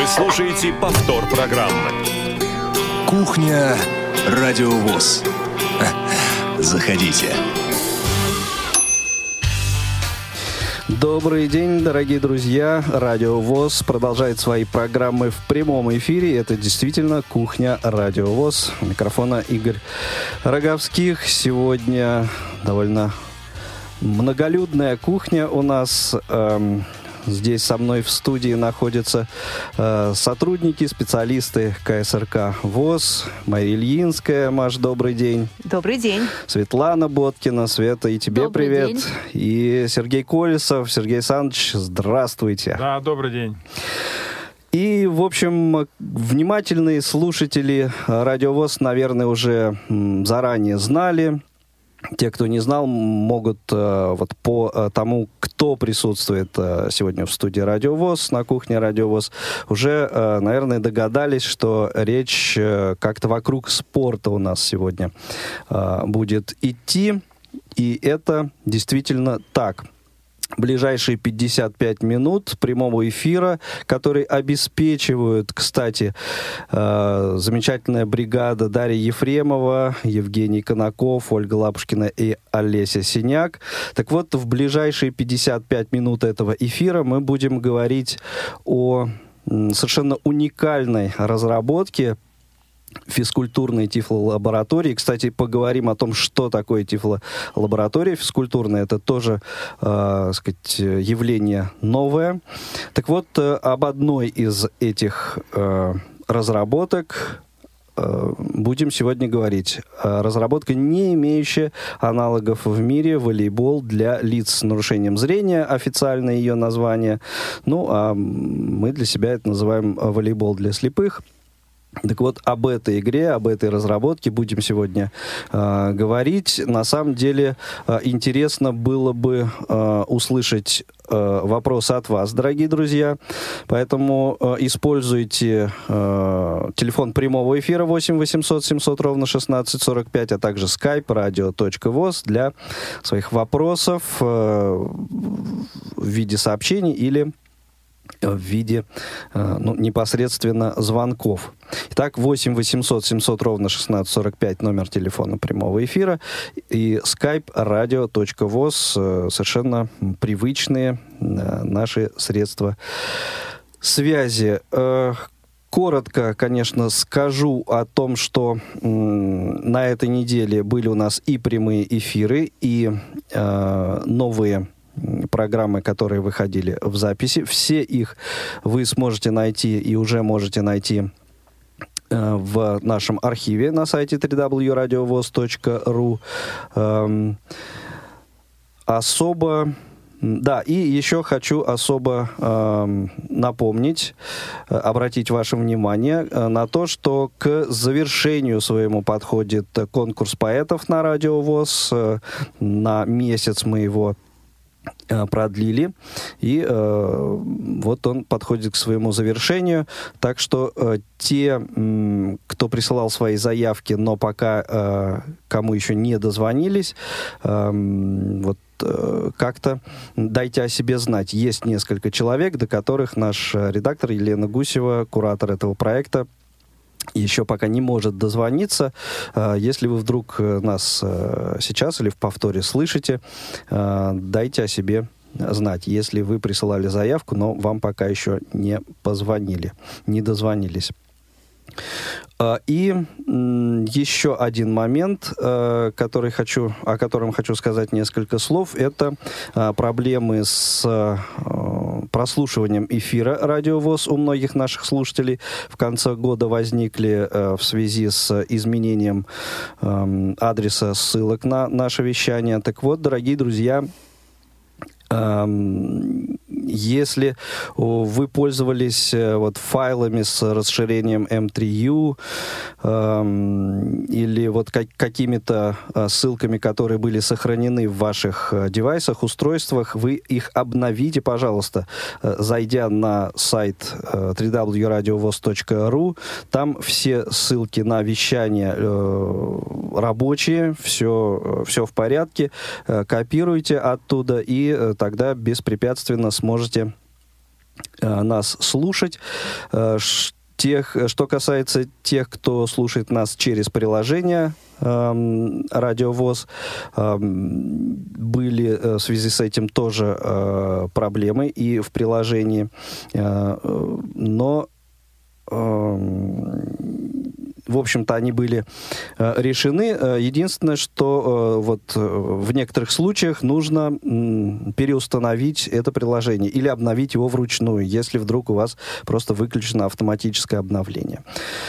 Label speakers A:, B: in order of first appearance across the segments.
A: слушаете повтор программы.
B: Кухня Радио ВОС. Заходите.
C: Добрый день, дорогие друзья. Радио ВОС продолжает свои программы в прямом эфире. Это действительно Кухня Радио ВОС. У микрофона Игорь Роговских. Сегодня довольно многолюдная кухня у нас. Здесь со мной в студии находятся сотрудники, специалисты КСРК ВОС. Мария Ильинская. Маш, добрый день.
D: Добрый день.
C: Светлана Боткина. Света, и тебе
D: добрый
C: привет.
D: День.
C: И Сергей Колесов. Сергей Александрович, здравствуйте.
E: Да, добрый день.
C: И, в общем, внимательные слушатели Радио ВОС, наверное, уже заранее знали. Те, кто не знал, могут вот по тому, кто присутствует сегодня в студии Радио ВОС, на кухне Радио ВОС, уже, наверное, догадались, что речь как-то вокруг спорта у нас сегодня будет идти. И это действительно так. Ближайшие 55 минут прямого эфира, которые обеспечивают, кстати, замечательная бригада Дарья Ефремова, Евгений Конаков, Ольга Лапушкина и Олеся Синяк. Так вот, в ближайшие 55 минут этого эфира мы будем говорить о совершенно уникальной разработке физкультурной тифлолаборатории. Кстати, поговорим о том, что такое тифлолаборатория физкультурная. Это тоже, сказать, явление новое. Так вот, об одной из этих разработок будем сегодня говорить. Разработка, не имеющая аналогов в мире, волейбол для лиц с нарушением зрения, официальное ее название. Ну, а мы для себя это называем волейбол для слепых. Так вот, об этой игре, об этой разработке будем сегодня говорить. На самом деле, интересно было бы услышать вопросы от вас, дорогие друзья. Поэтому используйте телефон прямого эфира 8 800 700 ровно 16 45, а также skype radio.voz для своих вопросов в виде сообщений или в виде непосредственно звонков. Итак, 8 800 700 ровно 16 45 номер телефона прямого эфира и skype radio.voz, совершенно привычные наши средства связи. Коротко, конечно, скажу о том, что на этой неделе были у нас и прямые эфиры, и новые программы, которые выходили в записи. Все их вы сможете найти и уже можете найти в нашем архиве на сайте www.radiovoz.ru. Да, и еще хочу особо напомнить, обратить ваше внимание на то, что к завершению своему подходит конкурс поэтов на Радио ВОС. На месяц мы его продлили, и вот он подходит к своему завершению. Так что те, кто присылал свои заявки, но пока кому еще не дозвонились, вот как-то дайте о себе знать. Есть несколько человек, до которых наш редактор Елена Гусева, куратор этого проекта, еще пока не может дозвониться. Если вы вдруг нас сейчас или в повторе слышите, дайте о себе знать, если вы присылали заявку, но вам пока еще не позвонили, не дозвонились. И еще один момент, о котором хочу сказать несколько слов, это проблемы с прослушиванием эфира Радио ВОС у многих наших слушателей. В конце года возникли в связи с изменением адреса ссылок на наше вещание. Так вот, дорогие друзья, если вы пользовались вот файлами с расширением M3U или вот какими-то ссылками, которые были сохранены в ваших девайсах, устройствах, вы их обновите, пожалуйста, зайдя на сайт www.radiovoz.ru. Там все ссылки на вещание рабочие, все в порядке. Копируйте оттуда, и тогда беспрепятственно сможете нас слушать. Что касается тех, кто слушает нас через приложение Радио ВОС, были в связи с этим тоже проблемы и в приложении, но в общем-то, они были решены. Единственное, что вот в некоторых случаях нужно переустановить это приложение или обновить его вручную, если вдруг у вас просто выключено автоматическое обновление.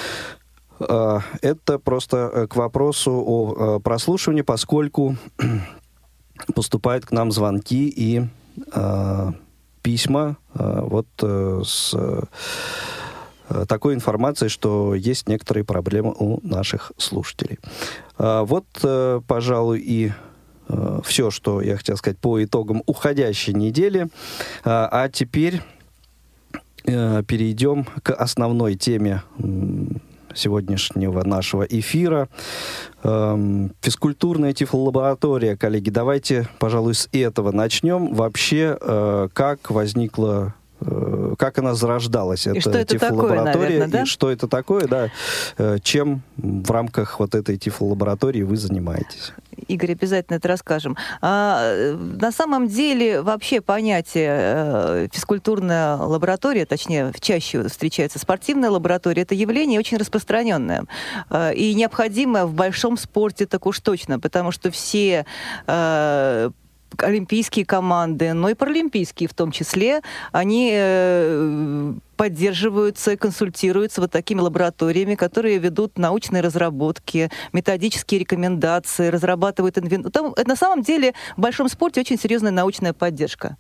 C: Это просто к вопросу о прослушивании, поскольку поступают к нам звонки и письма вот с такой информацией, что есть некоторые проблемы у наших слушателей. Вот, пожалуй, и все, что я хотел сказать по итогам уходящей недели. А теперь перейдем к основной теме сегодняшнего нашего эфира. Физкультурная тифлолаборатория, коллеги. Давайте, пожалуй, с этого начнем. Вообще, как возникла, как она зарождалась, эта тифлолаборатория,
D: да?
C: И что это такое, да? Чем в рамках вот этой тифлолаборатории вы занимаетесь?
D: Игорь, обязательно это расскажем. На самом деле, вообще понятие физкультурная лаборатория, точнее, чаще встречается спортивная лаборатория, это явление очень распространенное и необходимое в большом спорте, так уж точно, потому что все олимпийские команды, но и паралимпийские в том числе, они поддерживаются и консультируются вот такими лабораториями, которые ведут научные разработки, методические рекомендации, разрабатывают инвентарь. На самом деле в большом спорте очень серьезная научная поддержка.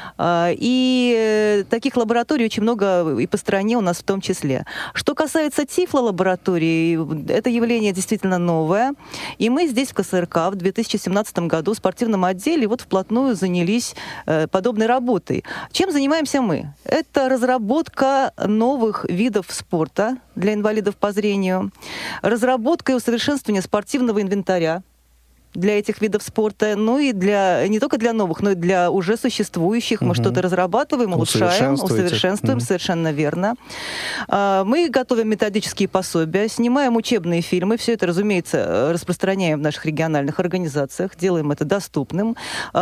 D: И таких лабораторий очень много и по стране у нас в том числе. Что касается тифлолаборатории, это явление действительно новое. И мы здесь в КСРК в 2017 году в спортивном отделе вот вплотную занялись подобной работой. Чем занимаемся мы? Это разработка новых видов спорта для инвалидов по зрению, разработка и усовершенствование спортивного инвентаря для этих видов спорта, ну и не только для новых, но и для уже существующих. Мы что-то разрабатываем, улучшаем, усовершенствуем, совершенно верно. Мы готовим методические пособия, снимаем учебные фильмы. Все это, разумеется, распространяем в наших региональных организациях, делаем это доступным.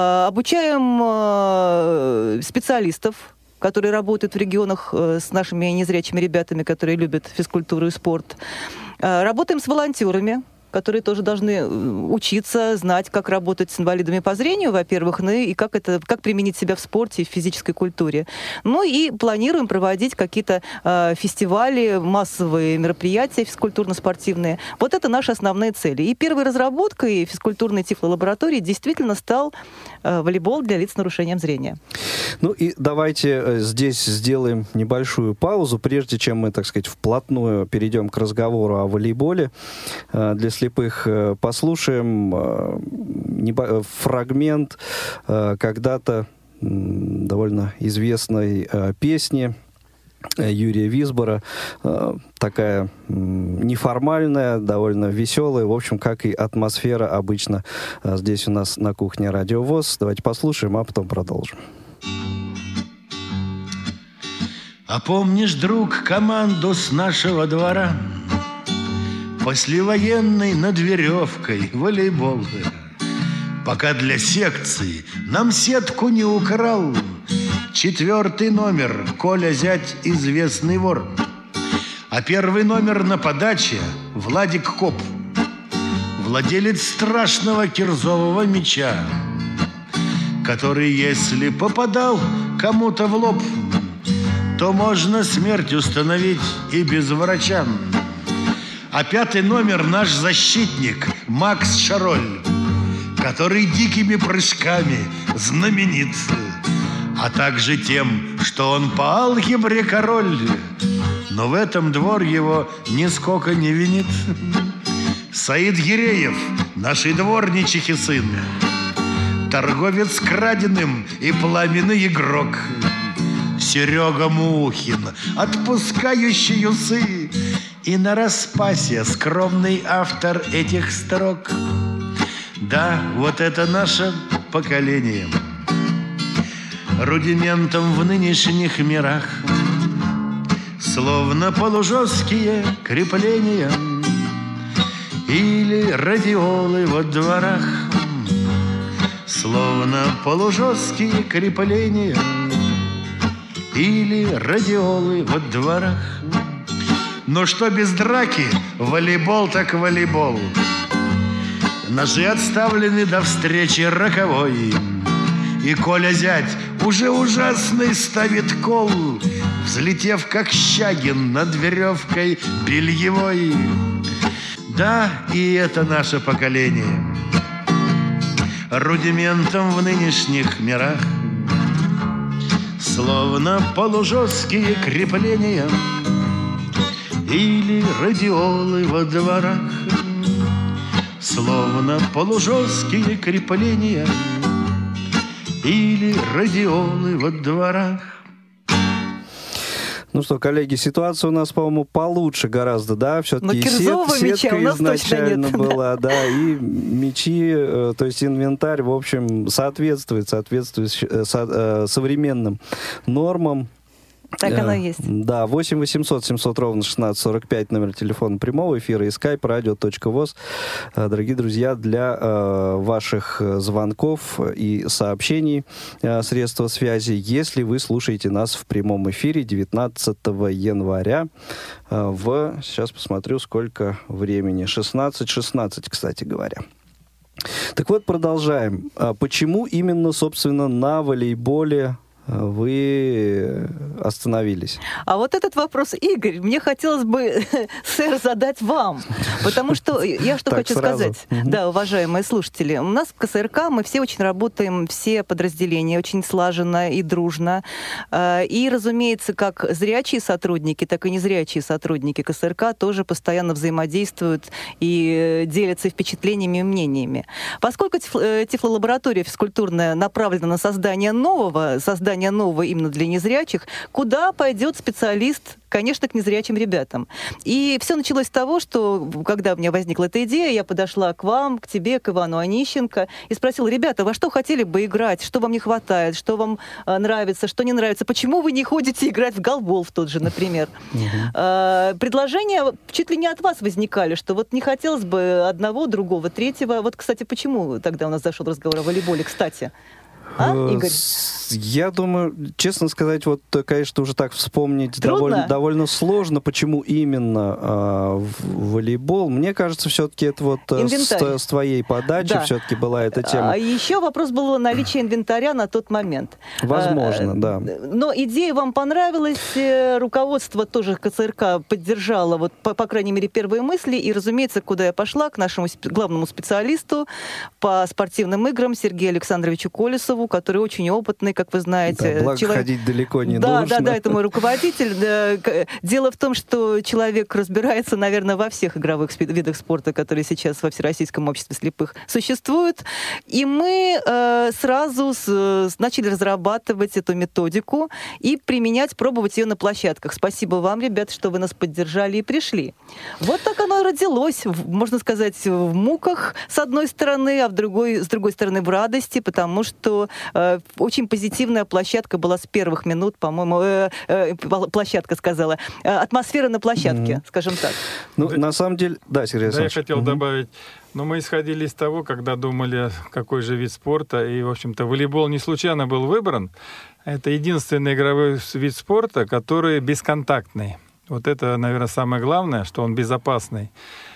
D: Обучаем специалистов, которые работают в регионах с нашими незрячими ребятами, которые любят физкультуру и спорт. Работаем с волонтерами, которые тоже должны учиться, знать, как работать с инвалидами по зрению, во-первых, ну и как применить себя в спорте и в физической культуре. Ну и планируем проводить какие-то фестивали, массовые мероприятия физкультурно-спортивные. Вот это наши основные цели. И первой разработкой физкультурной тифлолаборатории действительно стал волейбол для лиц с нарушением зрения.
C: Ну и давайте здесь сделаем небольшую паузу, прежде чем мы, так сказать, вплотную перейдем к разговору о волейболе. Для слепых послушаем фрагмент когда-то довольно известной песни Юрия Висбора, такая неформальная, довольно веселая, в общем, как и атмосфера обычно здесь у нас на кухне Радио ВОС. Давайте послушаем, а потом продолжим.
E: А помнишь, друг, команду с нашего двора? Послевоенный над веревкой волейбол. Пока для секции нам сетку не украл 4-й номер Коля зять известный вор. А 1-й номер на подаче Владик Коп, владелец страшного кирзового мяча, который, если попадал кому-то в лоб, то можно смерть установить и без врача. А 5-й номер наш защитник Макс Шароль, который дикими прыжками знаменит, а также тем, что он по алгебре король. Но в этом двор его нисколько не винит. Саид Гиреев, нашей дворничихи сын, торговец краденым и пламенный игрок. Серега Мухин, отпускающий усы, и на распасе скромный автор этих строк. Да, вот это наше поколение. рудиментом в нынешних мирах. Словно полужесткие крепления или радиолы во дворах. Словно полужесткие крепления или радиолы во дворах. Но что без драки, волейбол так волейбол. Ножи отставлены до встречи роковой. И Коля зять уже ужасный ставит кол, взлетев как Щагин над веревкой бельевой. Да, и это наше поколение, рудиментом в нынешних мирах. Словно полужесткие крепления или радиолы во дворах. Словно полужесткие крепления или радиолы во дворах.
C: Ну что, коллеги, ситуация у нас, по-моему, получше гораздо, да? Все-таки сетка изначально была, да, и мячи, то есть инвентарь, в общем, соответствует современным нормам.
D: Так оно и есть.
C: Да, 8 800 700 ровно 1645, номер телефона прямого эфира и skype radio.voz. Дорогие друзья, для ваших звонков и сообщений средства связи, если вы слушаете нас в прямом эфире 19 января сейчас посмотрю, сколько времени, 16:16, кстати говоря. Так вот, продолжаем. Почему именно, собственно, на волейболе вы остановились?
D: А вот этот вопрос, Игорь, мне хотелось бы, сэр, задать вам. Потому что я что хочу сказать. Да, уважаемые слушатели, у нас в КСРК мы все очень работаем, все подразделения, очень слаженно и дружно. И, разумеется, как зрячие сотрудники, так и незрячие сотрудники КСРК тоже постоянно взаимодействуют и делятся впечатлениями и мнениями. Поскольку тифлолаборатория физкультурная направлена на создание нового именно для незрячих, куда пойдет специалист, конечно, к незрячим ребятам. И все началось с того, что, когда у меня возникла эта идея, я подошла к вам, к тебе, к Ивану Онищенко, и спросила: ребята, во что хотели бы играть, что вам не хватает, что вам нравится, что не нравится, почему вы не ходите играть в голбол в тот же, например. Предложения чуть ли не от вас возникали, что вот не хотелось бы одного, другого, третьего. Вот, кстати, почему тогда у нас зашел разговор о волейболе, кстати? Игорь?
C: Я думаю, честно сказать, вот, конечно, уже так вспомнить довольно сложно, почему именно волейбол. Мне кажется, все-таки это вот с твоей подачи все-таки была эта тема.
D: А еще вопрос был о наличии инвентаря на тот момент.
C: Возможно, да.
D: Но идея вам понравилась, руководство тоже КСРК поддержало, вот, по крайней мере, первые мысли, и, разумеется, куда я пошла, к нашему главному специалисту по спортивным играм Сергею Александровичу Колесову, который очень опытный, как вы знаете.
C: Да, благо ходить далеко не нужно.
D: Да, это мой руководитель. Дело в том, что человек разбирается, наверное, во всех игровых видах спорта, которые сейчас во Всероссийском обществе слепых существуют. И мы сразу начали разрабатывать эту методику и применять, пробовать ее на площадках. Спасибо вам, ребята, что вы нас поддержали и пришли. Вот так оно и родилось, можно сказать, в муках, с одной стороны, а с другой стороны, в радости, потому что очень позитивная площадка была с первых минут, по-моему, площадка сказала. Атмосфера на площадке, скажем так.
C: Ну, на самом деле, да, Сергей Александрович.
F: Я хотел добавить, мы исходили из того, когда думали, какой же вид спорта, и, в общем-то, волейбол не случайно был выбран. Это единственный игровой вид спорта, который бесконтактный. Вот это, наверное, самое главное, что он безопасный.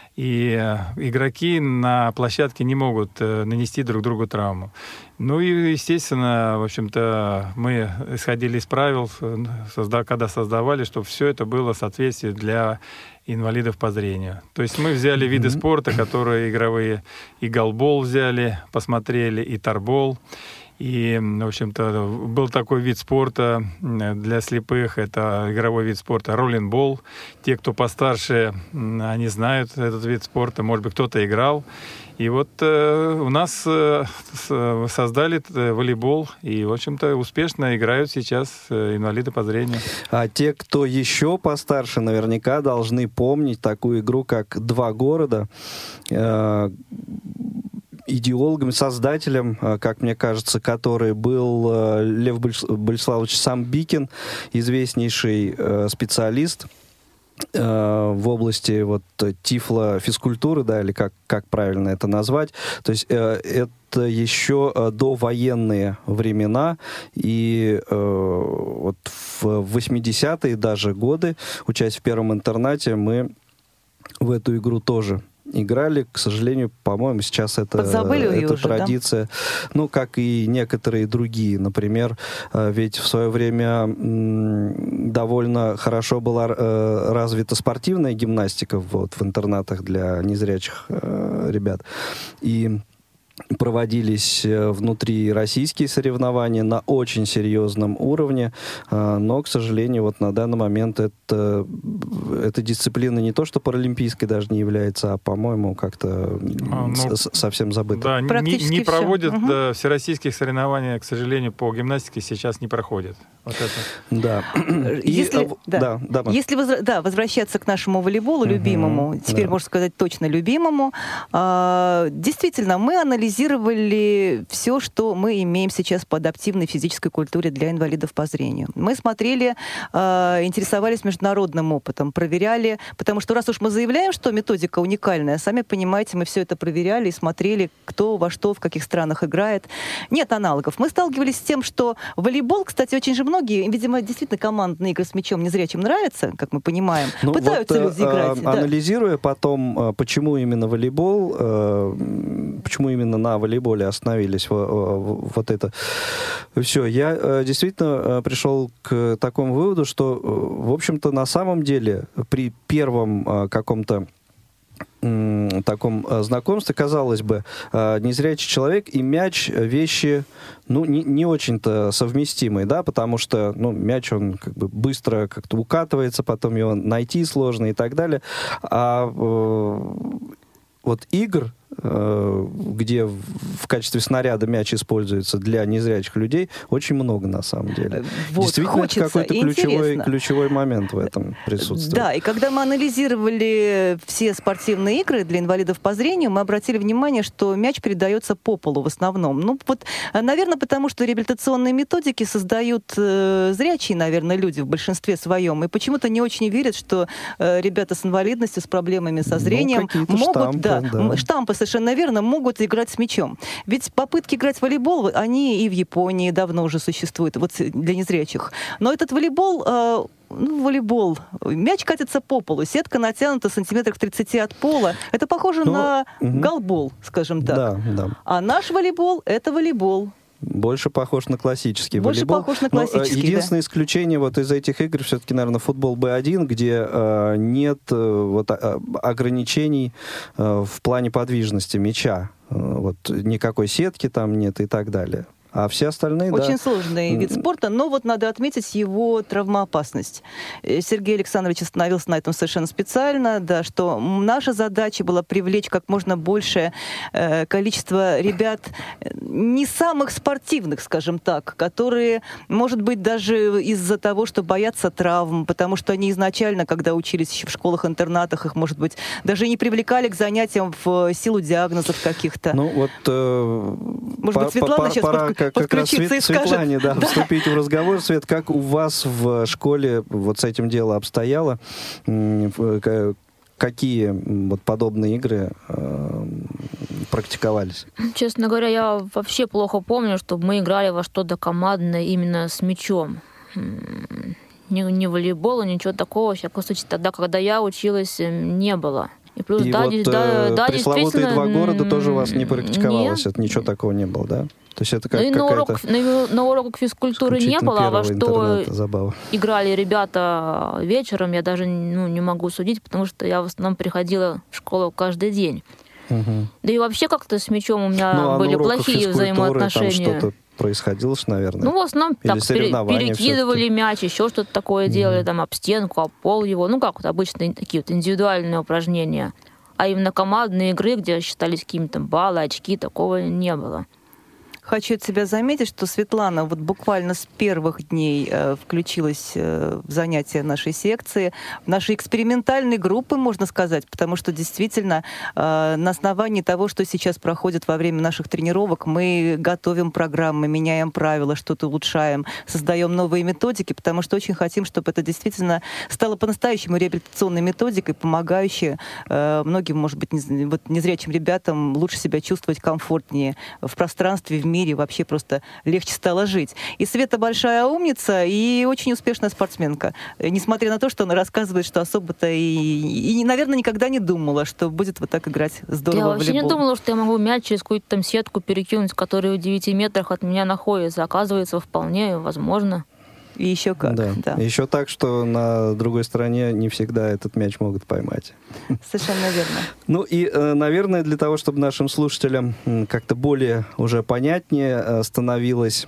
F: И игроки на площадке не могут нанести друг другу травму. Ну и, естественно, в общем-то, мы исходили из правил, когда создавали, чтобы все это было в соответствии для инвалидов по зрению. То есть мы взяли виды спорта, которые игровые, и голбол взяли, посмотрели, и тарбол. И, в общем-то, был такой вид спорта для слепых, это игровой вид спорта роллинбол. Те, кто постарше, они знают этот вид спорта, может быть, кто-то играл. И вот у нас создали волейбол, и, в общем-то, успешно играют сейчас инвалиды по зрению. А
C: те, кто еще постарше, наверняка должны помнить такую игру, как «Два города». идеологом, создателем, как мне кажется, который был Лев Болеславович Самбикин, известнейший специалист в области вот тифлофизкультуры, да, или как правильно это назвать. То есть это еще довоенные времена, и вот в 80-е даже годы, учась в первом интернате, мы в эту игру тоже играли. К сожалению, по-моему, сейчас это традиция, да? Ну, как и некоторые другие. Например, ведь в свое время довольно хорошо была развита спортивная гимнастика вот, в интернатах для незрячих ребят. И проводились внутри российские соревнования на очень серьезном уровне, но, к сожалению, вот на данный момент эта дисциплина не то, что паралимпийской даже не является, а, по-моему, как-то совсем забыта.
F: Да, не проводят всероссийских соревнований, к сожалению, по гимнастике сейчас не проходят. Вот это.
C: Да.
D: Если возвращаться к нашему волейболу любимому, теперь можно сказать точно любимому, действительно, мы анализировали все, что мы имеем сейчас по адаптивной физической культуре для инвалидов по зрению. Мы смотрели, интересовались международным опытом, проверяли, потому что раз уж мы заявляем, что методика уникальная, сами понимаете, мы все это проверяли и смотрели, кто во что, в каких странах играет. Нет аналогов. Мы сталкивались с тем, что волейбол, кстати, очень же многие, видимо, действительно командные игры с мячом незрячим нравятся, как мы понимаем, пытаются люди играть.
C: Анализируя потом, почему именно волейбол, почему именно на волейболе остановились вот это все, я действительно пришел к такому выводу, что, в общем-то, на самом деле при первом каком-то таком знакомстве, казалось бы, незрячий человек и мяч вещи, ну, не очень-то совместимые, да, потому что, ну, мяч, он как бы быстро как-то укатывается, потом его найти сложно и так далее. А вот игр, где в качестве снаряда мяч используется для незрячих людей, очень много на самом деле.
D: Вот,
C: действительно, это какой-то ключевой момент в этом присутствует.
D: Да, и когда мы анализировали все спортивные игры для инвалидов по зрению, мы обратили внимание, что мяч передается по полу в основном. Ну, вот, наверное, потому что реабилитационные методики создают зрячие, наверное, люди в большинстве своем, и почему-то не очень верят, что ребята с инвалидностью, с проблемами со зрением могут... Штампы, совершенно верно, могут играть с мячом. Ведь попытки играть в волейбол, они и в Японии давно уже существуют, вот для незрячих. Но этот волейбол... волейбол. Мяч катится по полу, сетка натянута сантиметров 30 от пола. Это похоже на голбол, скажем так.
C: Да.
D: А наш волейбол — это волейбол.
C: Больше похож на классический волейбол.
D: Больше похож на классический,
C: единственное исключение вот из этих игр все-таки, наверное, футбол Б1, где нет ограничений в плане подвижности мяча. Вот, никакой сетки там нет и так далее. А все остальные,
D: очень сложный вид спорта, но вот надо отметить его травмоопасность. Сергей Александрович остановился на этом совершенно специально, да, что наша задача была привлечь как можно большее количество ребят не самых спортивных, скажем так, которые, может быть, даже из-за того, что боятся травм, потому что они изначально, когда учились еще в школах-интернатах, их, может быть, даже не привлекали к занятиям в силу диагнозов каких-то.
C: Ну вот...
D: может быть, Светлана сейчас
C: как раз Светлане,
D: да,
C: вступить в разговор. Свет, как у вас в школе вот с этим дело обстояло? Какие вот подобные игры практиковались?
G: Честно говоря, я вообще плохо помню, чтобы мы играли во что-то командное именно с мячом. Ни волейбола, ничего такого. Во всяком случае, тогда, когда я училась, не было. И плюс,
C: пресловутые 2 города тоже у вас не практиковалось? Это ничего такого не было, да? То есть это как
G: на уроках физкультуры не было, а во что играли ребята вечером, я даже не могу судить, потому что я в основном приходила в школу каждый день. Да и вообще как-то с мячом у меня были плохие взаимоотношения.
C: Там что-то происходило, наверное?
G: Ну, в основном так, перекидывали мяч, еще что-то такое делали, там, об стенку, об пол его. Ну, как вот обычно такие вот индивидуальные упражнения. А именно командные игры, где считались какими-то баллы, очки, такого не было.
D: Хочу от себя заметить, что Светлана вот буквально с первых дней включилась в занятия нашей секции, в наши экспериментальные группы, можно сказать, потому что действительно на основании того, что сейчас проходит во время наших тренировок, мы готовим программы, меняем правила, что-то улучшаем, создаем новые методики, потому что очень хотим, чтобы это действительно стало по-настоящему реабилитационной методикой, помогающей многим, может быть, незрячим ребятам лучше себя чувствовать комфортнее в пространстве, в мире, вообще просто легче стало жить. И Света большая умница и очень успешная спортсменка. Несмотря на то, что она рассказывает, что особо-то и наверное, никогда не думала, что будет вот так играть здорово в волейбол.
G: Я вообще не думала, что я могу мяч через какую-то там сетку перекинуть, которая в 9 метрах от меня находится. Оказывается, вполне возможно.
D: И еще как.
C: Да. Еще так, что на другой стороне не всегда этот мяч могут поймать.
D: Совершенно верно.
C: Ну и, наверное, для того, чтобы нашим слушателям как-то более уже понятнее становилось,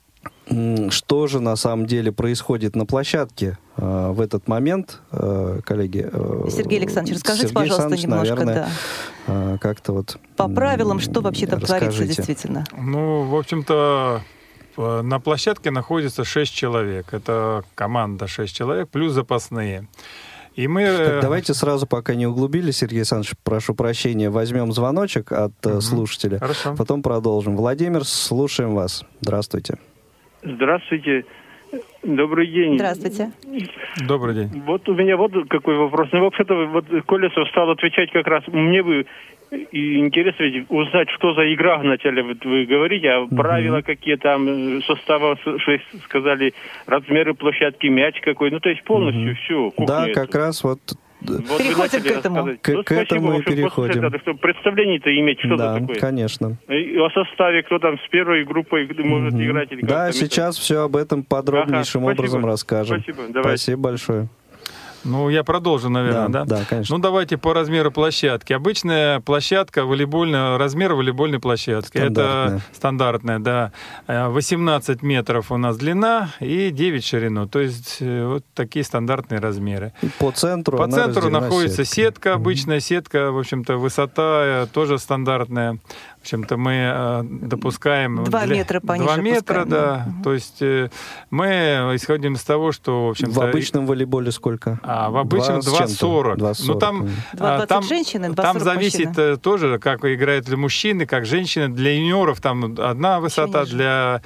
C: что же на самом деле происходит на площадке в этот момент, коллеги.
D: Сергей Александрович, расскажите, пожалуйста, немножко.
C: Наверное, как-то вот
D: по правилам, что вообще там творится действительно?
F: Ну, в общем-то, на площадке находится 6 человек. Это команда 6 человек, плюс запасные. И мы...
C: Так, давайте сразу, пока не углубились, Сергей Александрович, прошу прощения, возьмем звоночек от слушателя,
F: Хорошо.
C: Потом продолжим. Владимир, слушаем вас. Здравствуйте.
H: Здравствуйте. Добрый день.
D: Здравствуйте.
F: Добрый день.
H: Вот у меня вот какой вопрос. Ну, вообще-то, вот Колесов стал отвечать как раз. Мне бы интересно узнать, что за игра вначале вы говорите, а правила какие там, состава, сказали, размеры площадки, мяч какой. Ну, то есть полностью все.
C: Да, как раз вот...
H: Вот
D: переходим к этому.
C: К этому и переходим.
H: Надо, чтобы представление-то иметь, что
C: да,
H: такое.
C: Конечно.
H: И о составе, кто там с первой группой может играть. Или
C: да, сейчас все об этом подробнейшим образом расскажем. Спасибо большое.
F: Ну, я продолжу, наверное, да?
C: Да, конечно.
F: Ну, давайте по размеру площадки. Обычная площадка волейбольная, размер волейбольной площадки. Это стандартная, да. 18 метров у нас длина и 9 ширину. То есть вот такие стандартные размеры.
C: И по центру
F: находится сетка, обычная сетка. В общем-то, высота тоже стандартная. В общем-то, мы допускаем...
D: 2 метра пониже
F: 2 метра,
D: пускаем,
F: да. То есть мы исходим из того, что, в общем-то...
C: В обычном волейболе сколько?
F: В обычном 2,40. Ну, там,
D: 2,20 женщины, 2,40
F: там зависит
D: мужчины.
F: Тоже, как играют для мужчины, как женщины. Для юниоров там одна высота, для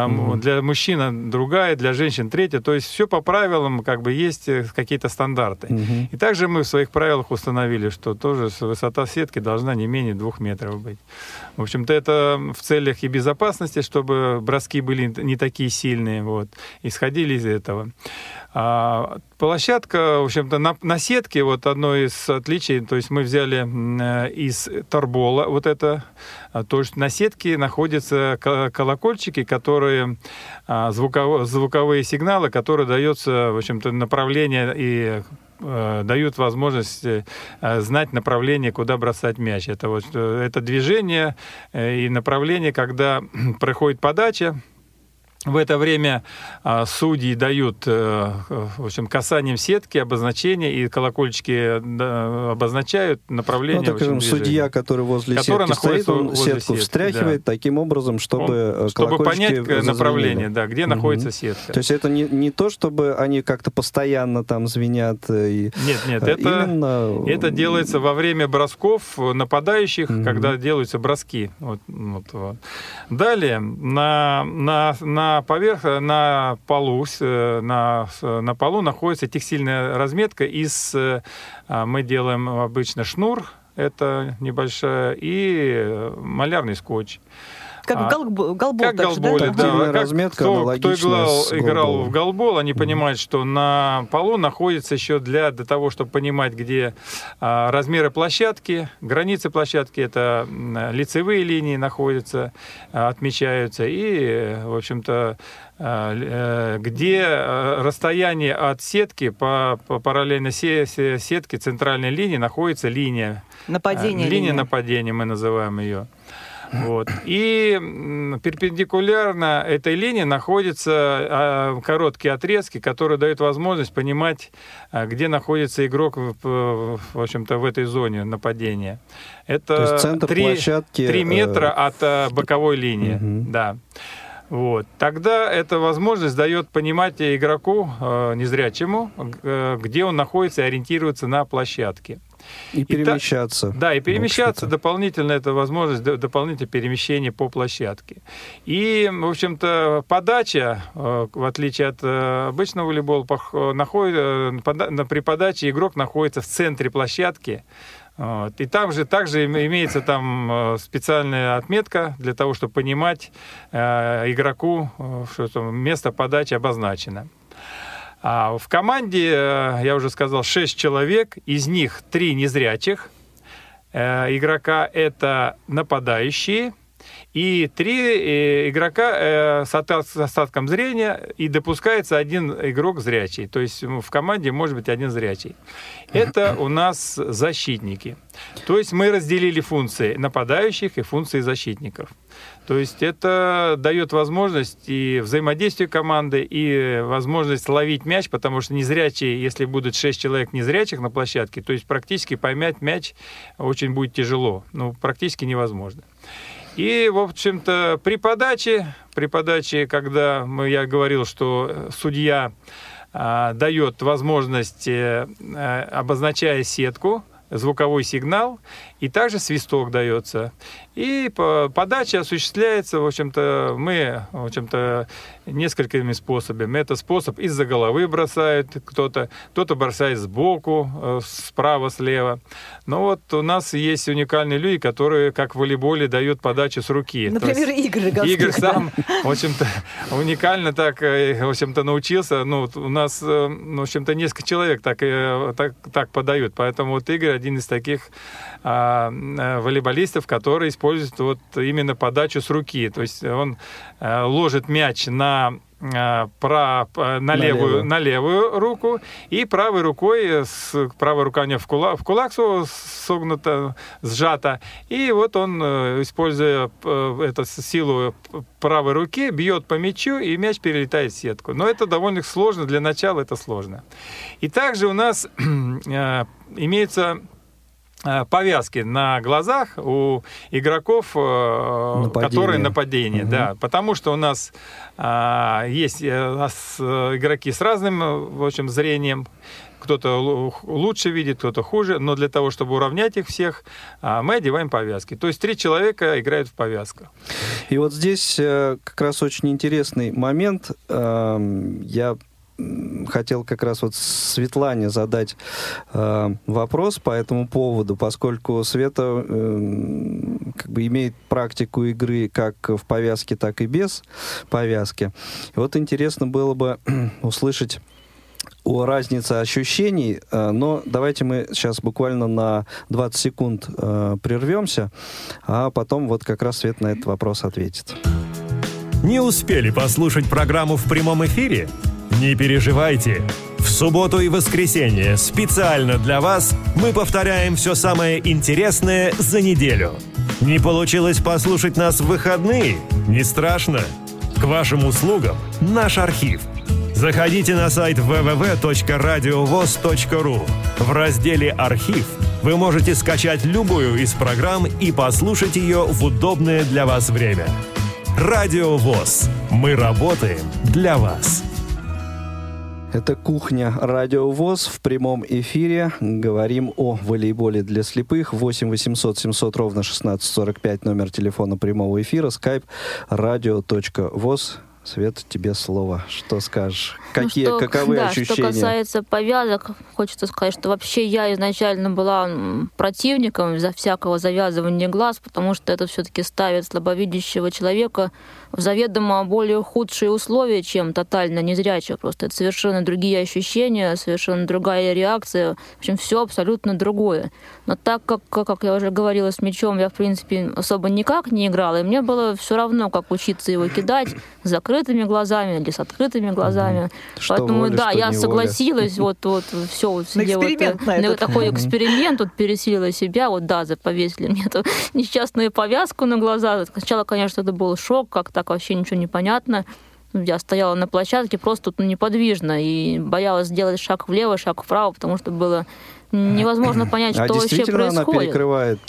F: мужчин другая, для женщин третья. То есть все по правилам, как бы есть какие-то стандарты. И также мы в своих правилах установили, что тоже высота сетки должна не менее 2 метров быть. В общем-то, это в целях и безопасности, чтобы броски были не такие сильные. Вот. Исходили из этого. Площадка, в общем-то, на сетке, вот одно из отличий, то есть мы взяли из торбола вот это, то есть на сетке находятся колокольчики, которые, звуковые сигналы, которые даются, в общем-то, направление и дают возможность знать направление, куда бросать мяч. Это движение и направление, когда проходит подача. В это время судьи дают, в общем, касанием сетки, обозначения, и колокольчики обозначают направление.
C: Ну, так скажем, судья, который возле сетки стоит, он сетку встряхивает таким образом, чтобы
F: понять направление, да, где находится сетка.
C: То есть это не то, чтобы они как-то постоянно там звенят?
F: Нет, это делается во время бросков нападающих, когда делаются броски. Вот. Далее на полу находится текстильная разметка мы делаем обычно шнур, это небольшая, и малярный скотч.
D: Как голбол.
F: Как голбол, да.
C: Разметка
F: кто играл в голбол, они понимают, что на полу находится еще для того, чтобы понимать, где размеры площадки, границы площадки, это лицевые линии находятся, отмечаются, и, в общем-то, где расстояние от сетки по параллельно сетке центральной линии находится линия.
D: Нападение.
F: Линия нападения, мы называем ее. Вот. И перпендикулярно этой линии находятся короткие отрезки, которые дают возможность понимать, где находится игрок, в общем-то, в этой зоне нападения. Это 3 метра от боковой линии. Да. Вот. Тогда эта возможность дает понимать игроку незрячему, где он находится, и ориентироваться на площадке.
C: И перемещаться.
F: Да, и перемещаться дополнительно, это возможность дополнительного перемещения по площадке. И, в общем-то, подача, в отличие от обычного волейбола, при подаче игрок находится в центре площадки. Вот. И там же также имеется там специальная отметка для того, чтобы понимать игроку, что там место подачи обозначено. А в команде, я уже сказал, 6 человек, из них 3 незрячих игрока — это нападающие, и 3 игрока с остатком зрения, и допускается 1 игрок зрячий. То есть в команде может быть 1 зрячий. Это у нас защитники. То есть мы разделили функции нападающих и функции защитников. То есть это дает возможность и взаимодействию команды, и возможность ловить мяч, потому что незрячие, если будут 6 человек незрячих на площадке, то есть практически поймать мяч очень будет тяжело. Ну, практически невозможно. И, в общем-то, при подаче, когда я говорил, что судья дает возможность, обозначая сетку, звуковой сигнал, и также свисток дается. И подача осуществляется, в общем-то, несколькими способами. Это способ из-за головы бросает кто-то бросает сбоку, справа, слева. Но вот у нас есть уникальные люди, которые, как в волейболе, дают подачу с руки.
D: Например, Игорь
F: сам, в общем-то, уникально так, в общем-то, научился. Ну, у нас, в общем-то, несколько человек так подают. Поэтому вот Игорь один из таких волейболистов, который использует вот именно подачу с руки. То есть он ложит мяч на левую руку, и правой рукой, правая рука у него в кулак согнута, сжата, и вот он, используя эту силу правой руки, бьет по мячу, и мяч перелетает в сетку. Но это довольно сложно, для начала это сложно. И также у нас имеются повязки на глазах у игроков, которые нападение. Да, потому что у нас есть игроки с разным, в общем, зрением. Кто-то лучше видит, кто-то хуже, но для того, чтобы уравнять их всех, мы одеваем повязки. То есть 3 человека играют в повязках.
C: И вот здесь как раз очень интересный момент. Я хотел как раз вот Светлане задать вопрос по этому поводу, поскольку Света как бы имеет практику игры как в повязке, так и без повязки. И вот интересно было бы услышать о разнице ощущений, но давайте мы сейчас буквально на 20 секунд прервемся, а потом вот как раз Света на этот вопрос ответит.
A: Не успели послушать программу в прямом эфире? Не переживайте. В субботу и воскресенье специально для вас мы повторяем все самое интересное за неделю. Не получилось послушать нас в выходные? Не страшно. К вашим услугам наш архив. Заходите на сайт www.radiovoz.ru. В разделе «Архив» вы можете скачать любую из программ и послушать ее в удобное для вас время. Радио ВОС. Мы работаем для вас.
C: Это «Кухня Радио ВОС» в прямом эфире. Говорим о волейболе для слепых. 8 800 700 ровно 1645 номер телефона прямого эфира. Skype radio.voz. Свет, тебе слово. Что скажешь? Каковы ощущения?
G: Что касается повязок, хочется сказать, что вообще я изначально была противником всякого завязывания глаз, потому что это все-таки ставит слабовидящего человека заведомо более худшие условия, чем тотально незрячего. Просто это совершенно другие ощущения, совершенно другая реакция. В общем, все абсолютно другое. Но так как я уже говорила, с мячом я, в принципе, особо никак не играла, и мне было все равно, как учиться его кидать с закрытыми глазами или с открытыми глазами.
C: Что
G: поэтому,
C: воля,
G: да,
C: что
G: я согласилась,
C: воля.
G: все, вот
D: На эксперимент на этот.
G: такой эксперимент, вот пересилила себя, повесили мне эту несчастную повязку на глаза. Сначала, конечно, это был шок, как так вообще ничего не понятно. Я стояла на площадке просто неподвижно и боялась сделать шаг влево, шаг вправо, потому что было невозможно понять, что вообще происходит.
C: Она перекрывает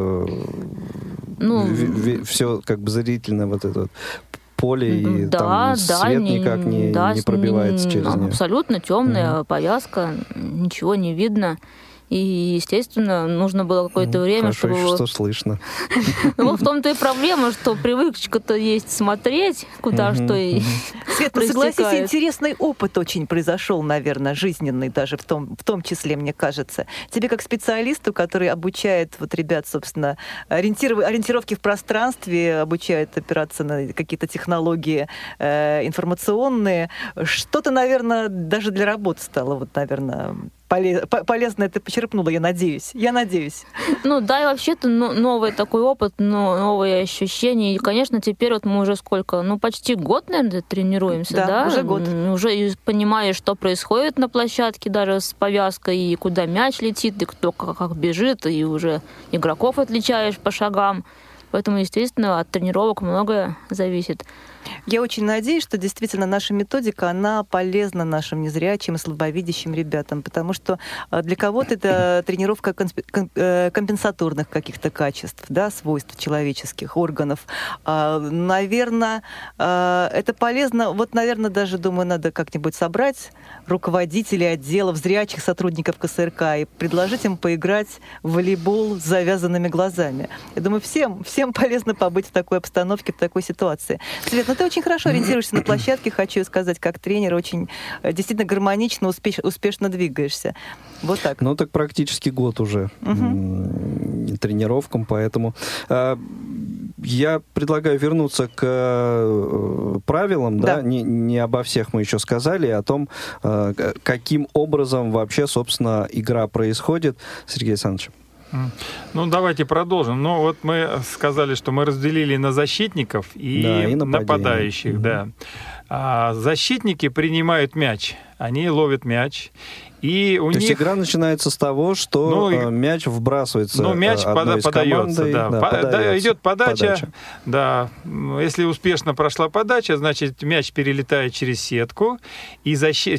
C: все как бы зрительно вот это вот поле, и там свет никак не пробивается через нее.
G: Абсолютно темная повязка, ничего не видно. И, естественно, нужно было какое-то время,
C: хорошо,
G: чтобы...
C: что слышно.
G: Ну, в том-то и проблема, что привычка-то есть смотреть, куда что и
D: Свет, ну, согласись, интересный опыт очень произошел, наверное, жизненный даже в том числе, мне кажется. Тебе как специалисту, который обучает вот ребят, собственно, ориентировки в пространстве, обучает опираться на какие-то технологии информационные, что-то, наверное, даже для работы стало, вот, наверное, полезно это почерпнула, я надеюсь.
G: Ну да, и вообще-то новый такой опыт, новые ощущения. И, конечно, теперь вот мы уже сколько, почти год, наверное, тренируемся, да?
D: Уже год.
G: Уже понимаешь, что происходит на площадке, даже с повязкой, и куда мяч летит, и кто как бежит, и уже игроков отличаешь по шагам. Поэтому, естественно, от тренировок многое зависит.
D: Я очень надеюсь, что действительно наша методика, она полезна нашим незрячим и слабовидящим ребятам, потому что для кого-то это тренировка компенсаторных каких-то качеств, да, свойств человеческих органов. Наверное, это полезно. Вот, наверное, даже, думаю, надо как-нибудь собрать руководителей отделов, зрячих сотрудников КСРК и предложить им поиграть в волейбол с завязанными глазами. Я думаю, всем полезно побыть в такой обстановке, в такой ситуации. Свет, ты очень хорошо ориентируешься на площадке, хочу сказать, как тренер, очень действительно гармонично, успешно двигаешься. Вот так.
C: Ну, так практически год уже тренировкам, поэтому я предлагаю вернуться к правилам, да, не обо всех мы еще сказали, а о том, каким образом вообще, собственно, игра происходит. Сергей Александрович.
F: Ну, давайте продолжим. Ну, вот мы сказали, что мы разделили на защитников и нападающих. Да. Защитники принимают мяч, они ловят мяч. И у
C: То есть игра начинается с того, что мяч вбрасывается
F: мяч
C: одной из
F: подается,
C: командой.
F: Идет подача. Да. Если успешно прошла подача, значит, мяч перелетает через сетку. И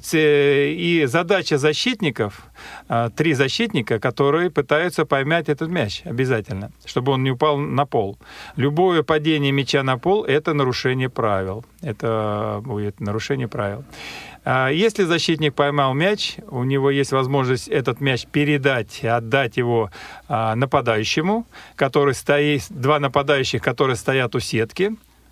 F: задача защитников, 3 защитника, которые пытаются поймать этот мяч обязательно, чтобы он не упал на пол. Любое падение мяча на пол — это нарушение правил. Это будет нарушение правил. Если защитник поймал мяч, у него есть возможность этот мяч передать, отдать его нападающему, который стоит, 2 нападающих, которые стоят у сетки,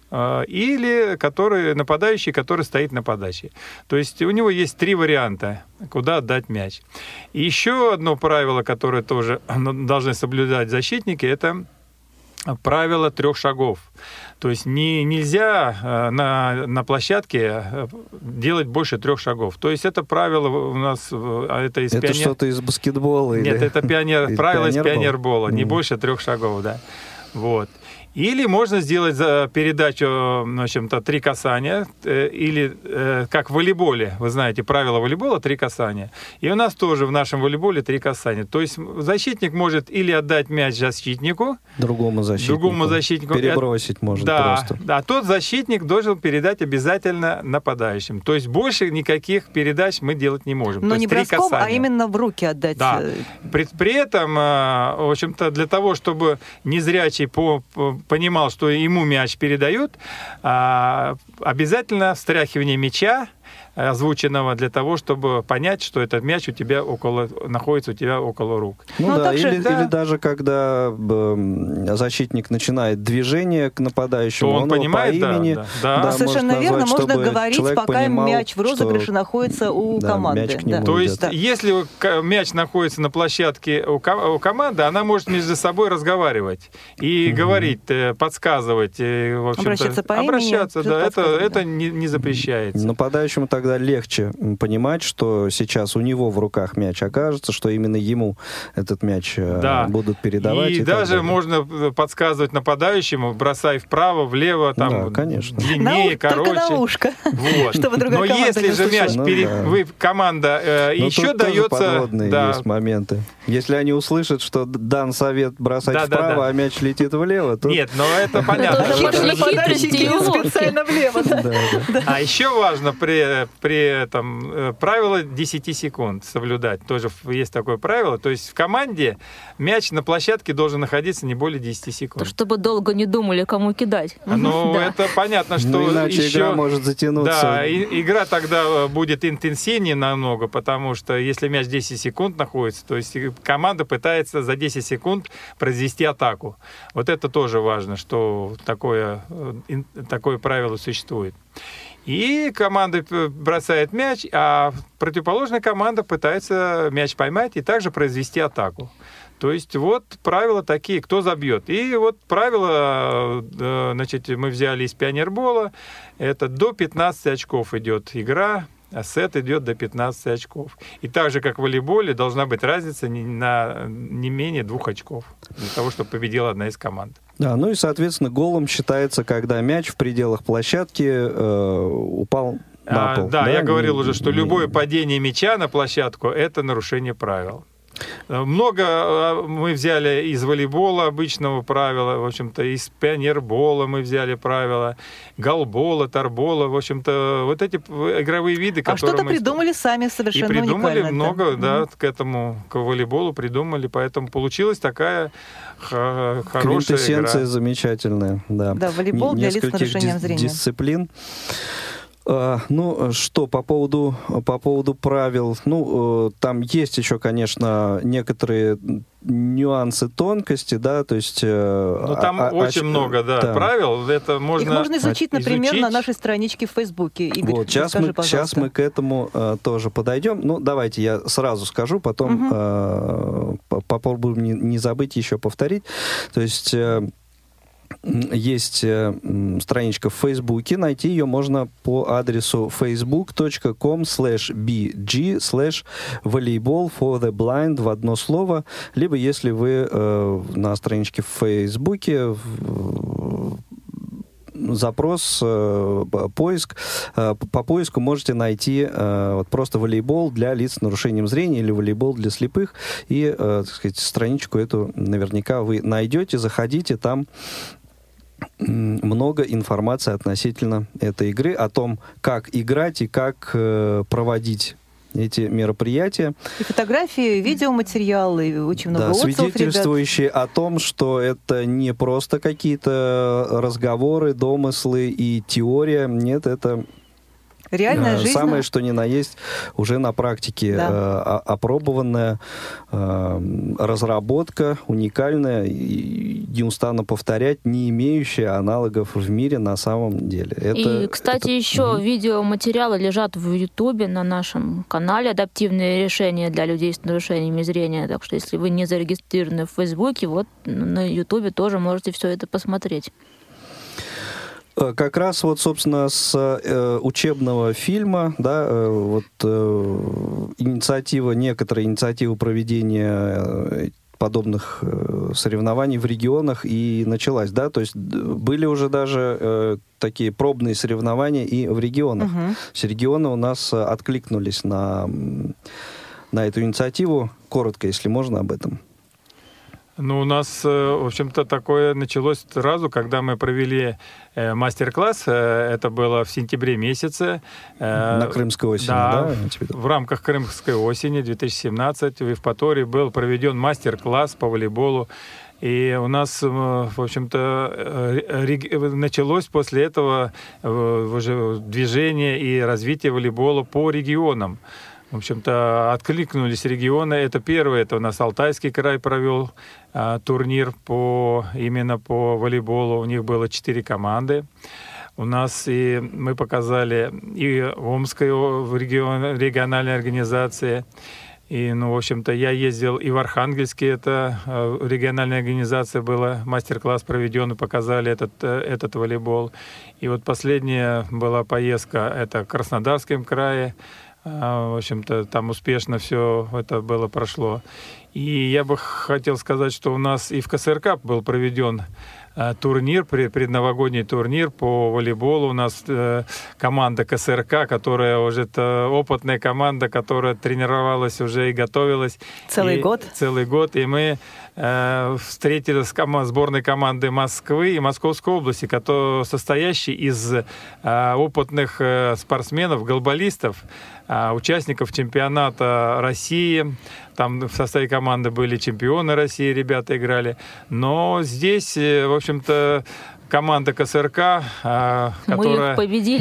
F: или нападающий, который стоит на подаче. То есть у него есть 3 варианта, куда отдать мяч. И еще одно правило, которое тоже должны соблюдать защитники, это правило 3 шагов. То есть нельзя на площадке делать больше 3 шагов. То есть это правило у нас... Это
C: что-то из баскетбола?
F: Нет, это правило из пионербола. Не больше 3 шагов, да. Вот. Или можно сделать передачу, в общем-то, 3 касания, или как в волейболе, вы знаете, правило волейбола 3 касания. И у нас тоже в нашем волейболе 3 касания. То есть защитник может или отдать мяч защитнику, другому защитнику.
C: Перебросить может просто.
F: Да, тот защитник должен передать обязательно нападающим. То есть больше никаких передач мы делать не можем.
D: Но не броском, а именно в руки отдать.
F: Да. При этом, в общем-то, для того, чтобы незрячий понимал, что ему мяч передают, обязательно встряхивание мяча озвученного для того, чтобы понять, что этот мяч находится у тебя около рук.
C: Или даже когда защитник начинает движение к нападающему,
F: он понимает,
C: по имени.
D: Совершенно верно, можно говорить, пока мяч в розыгрыше находится у команды.
F: То есть, если мяч находится на площадке у команды, она может между собой разговаривать и говорить, подсказывать, в общем-то, обращаться. Это не запрещается.
C: Нападающему тогда легче понимать, что сейчас у него в руках мяч окажется, что именно ему этот мяч будут передавать.
F: И даже можно подсказывать нападающему, бросай вправо, влево, там, длиннее, короче.
D: Только на ушко, чтобы другая команда не
F: если же мяч, команда еще дается...
C: Есть моменты. Если они услышат, что дан совет бросать вправо, а мяч летит влево, то...
F: Нет, но это понятно.
D: Специально влево.
F: А еще важно при этом правило 10 секунд соблюдать. Тоже есть такое правило. То есть в команде мяч на площадке должен находиться не более 10 секунд.
G: Чтобы долго не думали, кому кидать.
F: Ну, это понятно, что
C: иначе
F: еще...
C: игра может затянуться.
F: Да, игра тогда будет интенсивнее намного, потому что если мяч 10 секунд находится, то есть команда пытается за 10 секунд произвести атаку. Вот это тоже важно, что такое правило существует. И команда бросает мяч, а противоположная команда пытается мяч поймать и также произвести атаку. То есть вот правила такие, кто забьет. И вот правила, значит, мы взяли из пионербола, это до 15 очков идет игра, а сет идет до 15 очков. И так же, как в волейболе, должна быть разница не менее 2 очков для того, чтобы победила одна из команд.
C: Да, ну и, соответственно, голом считается, когда мяч в пределах площадки упал на пол.
F: Да, я говорил уже, что любое падение мяча на площадку – это нарушение правил. Много мы взяли из волейбола обычного правила, в общем-то, из пионербола мы взяли правила, голбола, тарбола, в общем-то, вот эти игровые виды, которые
D: что-то придумали сами совершенно уникально.
F: И придумали много, к волейболу придумали, поэтому получилась такая хорошая
C: квинтэссенция
F: игра.
C: Замечательная, да.
D: Да, волейбол для лиц с нарушением зрения.
C: Дисциплин. Ну, что по поводу правил, там есть еще, конечно, некоторые нюансы, тонкости, да, то есть...
F: там очень много, правил, это можно...
D: Их можно изучить, например, на нашей страничке в Фейсбуке. Игорь,
C: вот, сейчас мы к этому тоже подойдем. Ну, давайте я сразу скажу, потом попробуем не забыть еще повторить. То есть... Есть страничка в Фейсбуке, найти ее можно по адресу facebook.com/bg/volleyball for the blind в одно слово, либо если вы на страничке в Фейсбуке запрос, поиск, по поиску можете найти просто волейбол для лиц с нарушением зрения или волейбол для слепых, и, так сказать, страничку эту наверняка вы найдете, заходите, там много информации относительно этой игры, о том, как играть и как проводить эти мероприятия.
D: И фотографии, видеоматериалы, и очень много отзывов,
C: свидетельствующие о том, что это не просто какие-то разговоры, домыслы и теория. Нет, это
D: реальная жизнь.
C: Самое, что ни на есть, уже на практике опробованная разработка, уникальная, и не устану повторять, не имеющая аналогов в мире на самом деле.
G: И, кстати, еще видеоматериалы лежат в Ютубе на нашем канале «Адаптивные решения для людей с нарушениями зрения». Так что, если вы не зарегистрированы в Фейсбуке, вот на Ютубе тоже можете все это посмотреть.
C: Как раз вот, собственно, с учебного фильма, да, некоторые инициативы проведения подобных соревнований в регионах и началась, да, то есть были уже даже такие пробные соревнования и в регионах. Все регионы у нас откликнулись на эту инициативу. Коротко, если можно, об этом.
F: Ну, у нас, в общем-то, такое началось сразу, когда мы провели мастер-класс. Это было в сентябре месяце.
C: На Крымской осени, да?
F: В рамках Крымской осени 2017 в Евпатории был проведен мастер-класс по волейболу И у нас, в общем-то, началось после этого уже движение и развитие волейбола по регионам. В общем-то, откликнулись регионы. Это первое, это у нас Алтайский край провел турнир именно по волейболу. У них было 4 команды. У нас и мы показали и в Омской региональной организации. И, в общем-то, я ездил и в Архангельске, это региональная организация была, мастер-класс проведен, и показали этот волейбол. И вот последняя была поездка, это в Краснодарском крае. В общем-то, там успешно все это прошло. И я бы хотел сказать, что у нас и в КСРК был проведен турнир, предновогодний турнир по волейболу. У нас команда КСРК, которая уже опытная команда, которая тренировалась уже и готовилась. Целый год. И мы встретились с сборной команды Москвы и Московской области, состоящей из опытных спортсменов, голболистов, участников чемпионата России. Там в составе команды были чемпионы России, ребята играли. Но здесь, в общем-то, команда КСРК, которая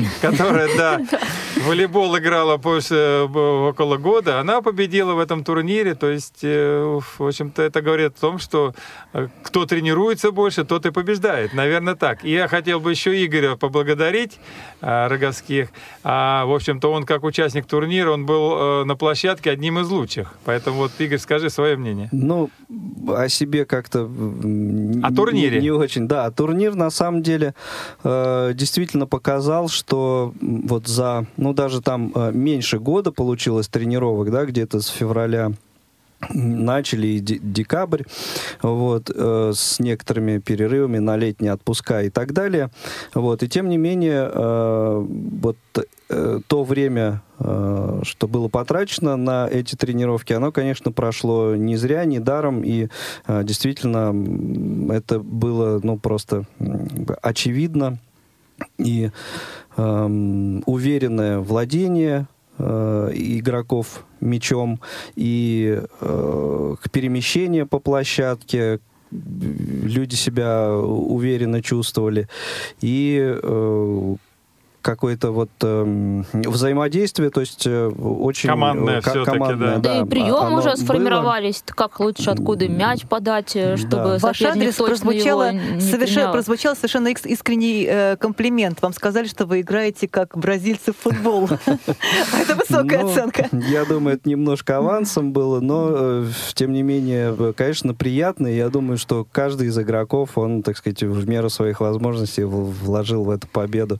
F: волейбол играла около года, она победила в этом турнире. То есть, в общем-то, это говорит о том, что кто тренируется больше, тот и побеждает. Наверное, так. И я хотел бы еще Игоря поблагодарить, Роговских. В общем-то, он как участник турнира, он был на площадке одним из лучших. Поэтому вот, Игорь, скажи свое мнение.
C: Ну, о себе как-то...
F: О турнире.
C: Не очень. Да, турнир, на самом деле, действительно показал, что вот даже там меньше года получилось тренировок, да, где-то с февраля начали, и декабрь, вот, с некоторыми перерывами на летние отпуска и так далее. Вот, и тем не менее, вот то время, что было потрачено на эти тренировки, оно, конечно, прошло не зря, не даром, и действительно это было, просто очевидно, и уверенное владение игроков мячом, и к перемещению по площадке люди себя уверенно чувствовали, и какое-то вот взаимодействие, то есть очень...
F: Командное все-таки, да.
G: Да, и приемы уже сформировались, как лучше откуда мяч подать, чтобы соперник точно его не принял.
D: Прозвучал совершенно искренний комплимент. Вам сказали, что вы играете как бразильцы в футбол. Это высокая оценка.
C: Я думаю, это немножко авансом было, но, тем не менее, конечно, приятно. Я думаю, что каждый из игроков, он, так сказать, в меру своих возможностей вложил в эту победу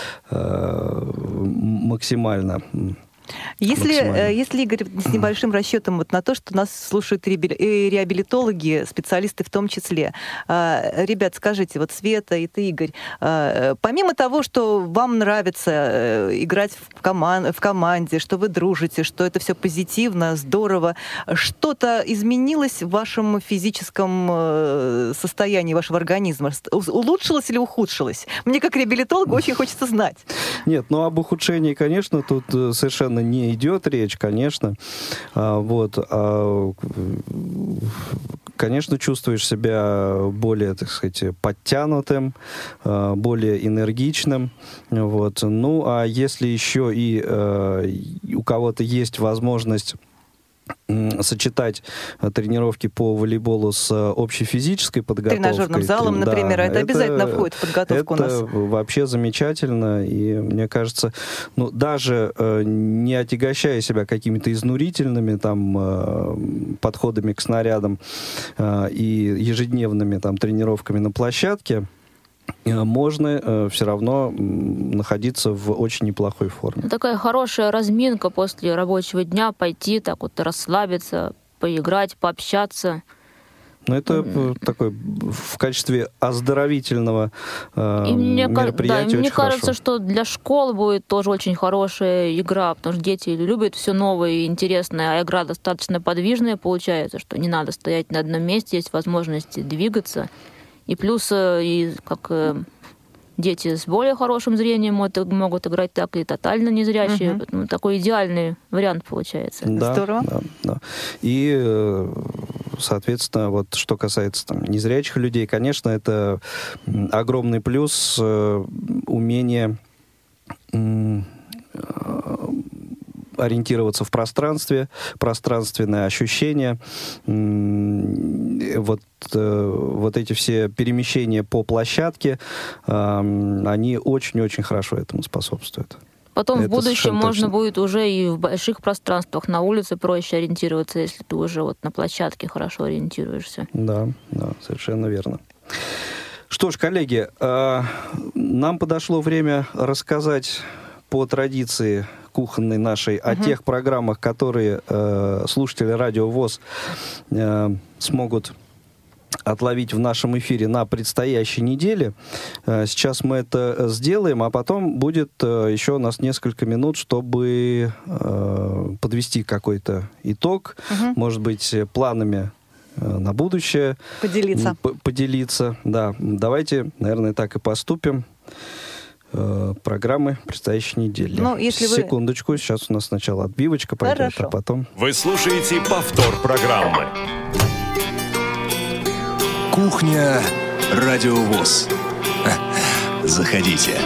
C: максимально.
D: Если, Игорь, с небольшим расчетом вот на то, что нас слушают реабилитологи, специалисты в том числе. Ребят, скажите, вот Света и ты, Игорь, помимо того, что вам нравится играть в команде, что вы дружите, что это все позитивно, здорово, что-то изменилось в вашем физическом состоянии вашего организма? Улучшилось или ухудшилось? Мне как реабилитологу очень хочется знать.
C: Нет, об ухудшении, конечно, тут совершенно не идет речь, конечно. Конечно, чувствуешь себя более, так сказать, подтянутым, более энергичным. Вот. А если еще и у кого-то есть возможность сочетать тренировки по волейболу с общей физической подготовкой.
D: Тренажерным залом, например, это обязательно входит в подготовку у нас.
C: Это вообще замечательно, и мне кажется, даже не отягощая себя какими-то изнурительными подходами к снарядам и ежедневными тренировками на площадке, можно все равно находиться в очень неплохой форме.
G: Такая хорошая разминка после рабочего дня, пойти так вот расслабиться, поиграть, пообщаться.
C: Это такой в качестве оздоровительного мероприятия.
G: Мне кажется, что для школ будет тоже очень хорошая игра, потому что дети любят все новое и интересное, а игра достаточно подвижная получается, что не надо стоять на одном месте, есть возможность двигаться. И плюс, дети с более хорошим зрением могут играть так, и тотально незрячие. Такой идеальный вариант получается.
C: Да, здорово. Да. И Соответственно, вот что касается там незрячих людей, конечно, это огромный плюс умение ориентироваться в пространстве, пространственное ощущение. Вот эти все перемещения по площадке, они очень-очень хорошо этому способствуют.
G: Потом
C: это
G: в будущем можно
C: точно.
G: будет уже и в больших пространствах на улице проще ориентироваться, если ты уже вот на площадке хорошо ориентируешься.
C: Да, совершенно верно. Что ж, коллеги, нам подошло время рассказать по традиции кухонной нашей о тех программах, которые слушатели Радио ВОС смогут отловить в нашем эфире на предстоящей неделе. Сейчас мы это сделаем, а потом будет еще у нас несколько минут, чтобы подвести какой-то итог, может быть, планами на будущее. Поделиться, да. Давайте, наверное, так и поступим. Программы предстоящей недели. Секундочку, сейчас у нас сначала отбивочка пойдет, а потом...
A: Вы слушаете повтор программы.
B: Кухня Радио ВОС. Заходите.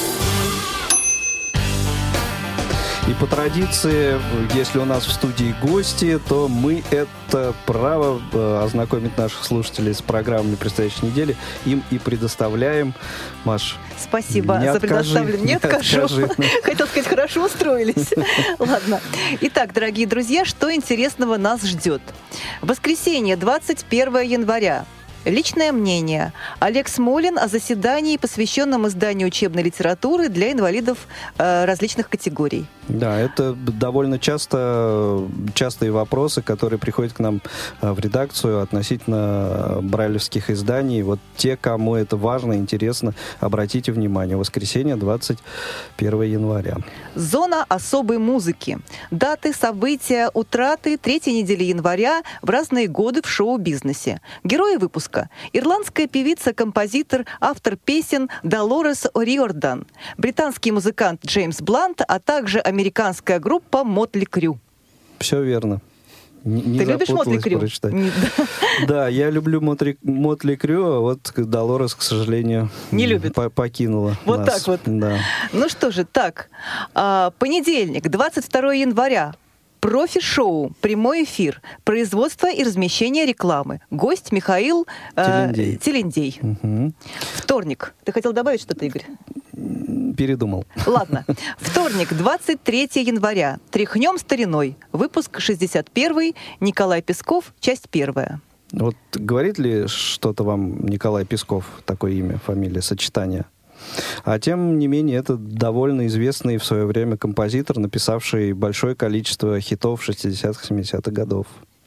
C: И по традиции, если у нас в студии гости, то мы это право ознакомить наших слушателей с программами предстоящей недели им и предоставляем. Маш,
D: спасибо за предоставление. Не откажу. Хотел сказать, хорошо устроились. Ладно. Итак, дорогие друзья, что интересного нас ждет? Воскресенье, 21 января. Личное мнение. Олег Смолин о заседании, посвященном изданию учебной литературы для инвалидов различных категорий.
C: Да, это довольно частые вопросы, которые приходят к нам в редакцию относительно брайлевских изданий. Вот те, кому это важно, интересно, обратите внимание. Воскресенье, 21 января.
D: Зона особой музыки. Даты, события, утраты третьей недели января в разные годы в шоу-бизнесе. Герои выпуска. Ирландская певица, композитор, автор песен Долорес О'Риордан, британский музыкант Джеймс Блант, а также американская группа Мотли Крю.
C: Все верно.
D: Ты любишь Мотли Крю?
C: Да, я люблю Мотли Крю, а вот Долорес, к сожалению,
D: не любит.
C: Покинула
D: вот
C: нас.
D: Так вот.
C: Да.
D: Ну что же, так. Понедельник, 22 января. Профи-шоу, прямой эфир, производство и размещение рекламы. Гость Михаил Телендей.
C: Угу.
D: Вторник. Ты хотел добавить что-то, Игорь?
C: Передумал.
D: Ладно. Вторник, 23 января. Тряхнем стариной. Выпуск 61. Николай Песков, часть 1.
C: Вот говорит ли что-то вам Николай Песков, такое имя, фамилия, сочетание? А тем не менее, это довольно известный в свое время композитор, написавший большое количество хитов 60-х, 70-х годов.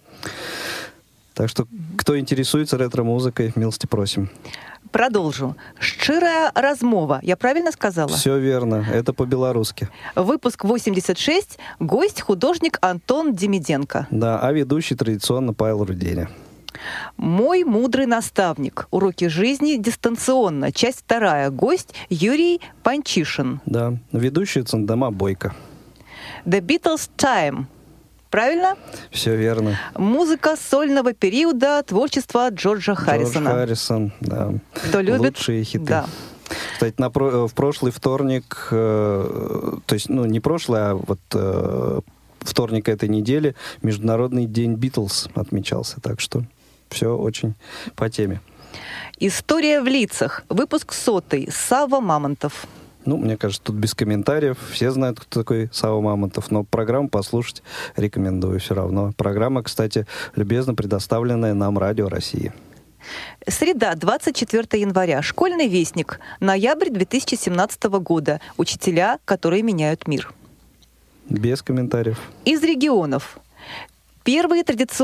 C: Так что, кто интересуется ретро-музыкой, милости просим.
D: Продолжу. «Шчырая размова». Я правильно сказала?
C: Все верно. Это по-белорусски.
D: Выпуск 86. Гость художник Антон Демиденко.
C: Да, а ведущий традиционно Павел Руденя.
D: «Мой мудрый наставник. Уроки жизни дистанционно». Часть 2. Гость Юрий Панчишин.
C: Да, ведущий Цандама Бойко.
D: «The Beatles Time». Правильно?
C: Все верно.
D: Музыка сольного периода творчества Джорджа Харрисона.
C: Джордж Харрисон, да.
D: Кто любит?
C: Лучшие хиты.
D: Да.
C: Кстати, в прошлый вторник, то есть, не прошлый, а вот вторник этой недели Международный день Битлз отмечался. Так что все очень по теме.
D: «История в лицах». Выпуск 100. Савва Мамонтов.
C: Мне кажется, тут без комментариев. Все знают, кто такой Савва Мамонтов, но программу послушать рекомендую все равно. Программа, кстати, любезно предоставленная нам Радио России.
D: Среда, 24 января. «Школьный вестник». Ноябрь 2017 года. Учителя, которые меняют мир.
C: Без комментариев.
D: Из регионов. Первый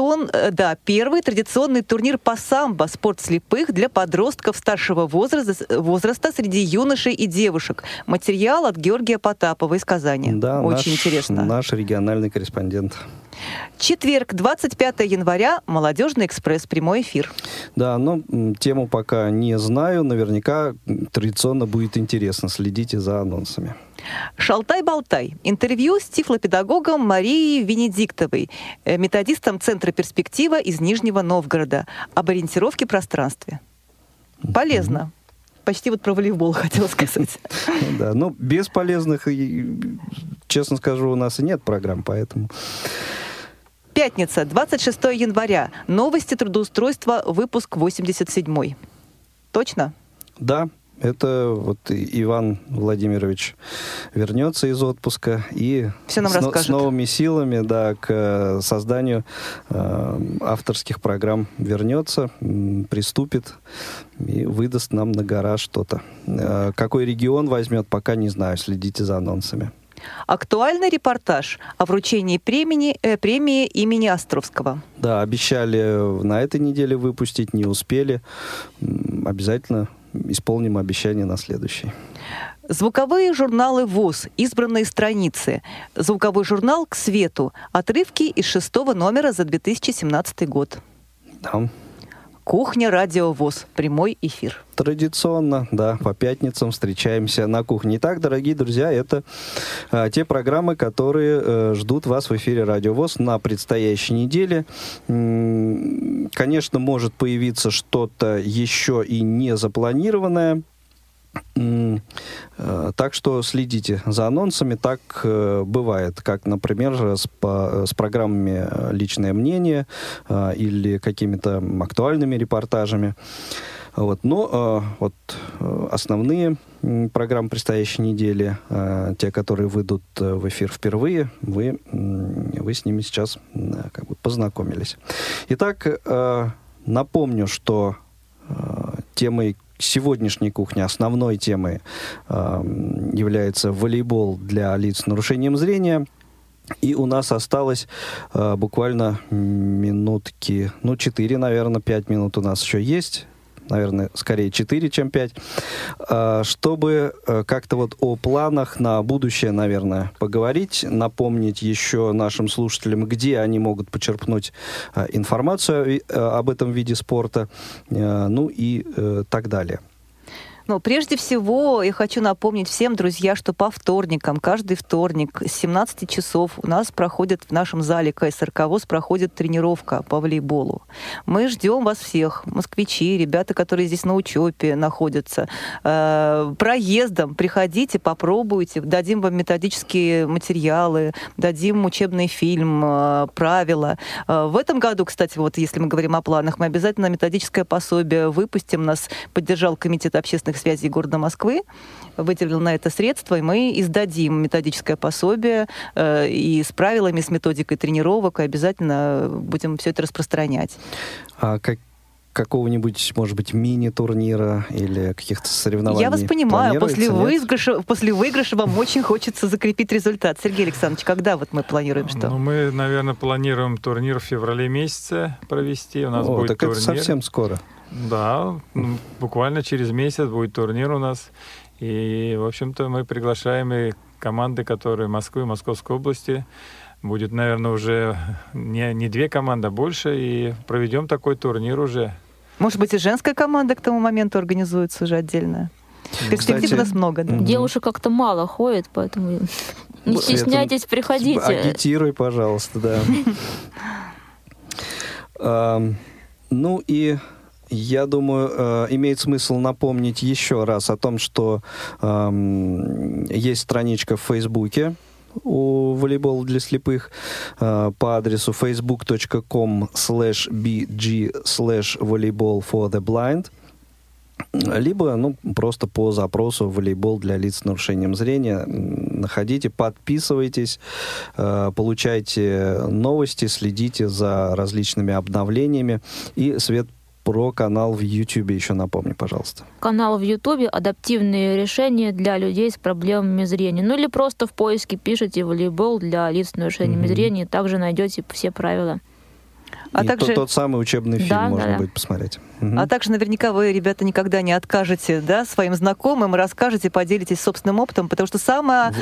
D: традиционный турнир по самбо «Спорт слепых» для подростков старшего возраста среди юношей и девушек. Материал от Георгия Потапова из Казани.
C: Да,
D: очень интересно.
C: Наш региональный корреспондент.
D: Четверг, 25 января. «Молодежный экспресс». Прямой эфир.
C: Да, тему пока не знаю. Наверняка традиционно будет интересно. Следите за анонсами.
D: Шалтай-болтай. Интервью с тифлопедагогом Марией Венедиктовой, методистом Центра «Перспектива» из Нижнего Новгорода, об ориентировке в пространстве. Полезно. Почти вот про волейбол хотела сказать.
C: Да, ну, бесполезных, честно скажу, у нас и нет программ, поэтому...
D: Пятница, 26 января. Новости трудоустройства, выпуск 87. Точно?
C: Да. Это вот Иван Владимирович вернется из отпуска и
D: все нам расскажет.
C: С новыми силами, да, к созданию авторских программ вернется, приступит и выдаст нам на гора что-то. Какой регион возьмет, пока не знаю, следите за анонсами.
D: Актуальный репортаж о вручении премии имени Островского.
C: Да, обещали на этой неделе выпустить, не успели. Обязательно исполним обещание на следующий.
D: Звуковые журналы ВОС, избранные страницы. Звуковой журнал «К свету». Отрывки из 6 номера за 2017 год.
C: Да.
D: Кухня Радио ВОС. Прямой эфир.
C: Традиционно, да, по пятницам встречаемся на кухне. Итак, дорогие друзья, это те программы, которые ждут вас в эфире Радио ВОС на предстоящей неделе. Конечно, может появиться что-то еще и не запланированное. Так что следите за анонсами. Так бывает, как, например, с программами «Личное мнение» или какими-то актуальными репортажами. Вот. Но основные программы предстоящей недели, те, которые выйдут в эфир впервые, вы с ними сейчас как бы познакомились. Итак, напомню, что темой сегодняшней кухни, основной темой является волейбол для лиц с нарушением зрения. И у нас осталось буквально минутки, 4, наверное, 5 минут у нас еще есть. Наверное, скорее 4, чем 5. Чтобы как-то вот о планах на будущее, наверное, поговорить, напомнить еще нашим слушателям, где они могут почерпнуть информацию об этом виде спорта, и так далее.
D: Но прежде всего я хочу напомнить всем, друзья, что по вторникам, каждый вторник с 17 часов у нас проходит в нашем зале КСРК ВОС проходит тренировка по волейболу. Мы ждем вас всех, москвичи, ребята, которые здесь на учебе находятся, проездом. Приходите, попробуйте, дадим вам методические материалы, дадим учебный фильм, правила. В этом году, кстати, вот если мы говорим о планах, мы обязательно методическое пособие выпустим. Нас поддержал Комитет общественных связей города Москвы, выделил на это средства, и мы издадим методическое пособие и с правилами, с методикой тренировок, и обязательно будем все это распространять.
C: А какого-нибудь, может быть, мини-турнира или каких-то соревнований?
D: Я вас понимаю, после выигрыша вам очень хочется закрепить результат. Сергей Александрович, когда вот мы планируем что?
F: Мы, наверное, планируем турнир в феврале месяце провести. У нас будет
C: так
F: турнир.
C: Это совсем скоро.
F: Да, буквально через месяц будет турнир у нас. И, в общем-то, мы приглашаем и команды, которые Москвы, Московской области. Будет, наверное, уже не 2 команды, а больше. И проведем такой турнир уже.
D: Может быть, и женская команда к тому моменту организуется уже отдельно. Перспектив у нас много. Да?
G: Девушек как-то мало ходит, поэтому не стесняйтесь, приходите.
C: Агитируй, пожалуйста, да. И... Я думаю, имеет смысл напомнить еще раз о том, что есть страничка в Фейсбуке у волейбола для слепых по адресу facebook.com/bg/volleyball for the blind, либо просто по запросу «волейбол для лиц с нарушением зрения». Находите, подписывайтесь, получайте новости, следите за различными обновлениями. И, Свет, про канал в Ютубе еще напомни, пожалуйста.
G: Канал в Ютубе «Адаптивные решения для людей с проблемами зрения». Или просто в поиске пишите «волейбол для лиц с нарушениями зрения», также найдете все правила.
C: И также... тот самый учебный фильм можно будет посмотреть.
D: А также наверняка вы, ребята, никогда не откажете, да, своим знакомым, расскажете, поделитесь собственным опытом, потому что самое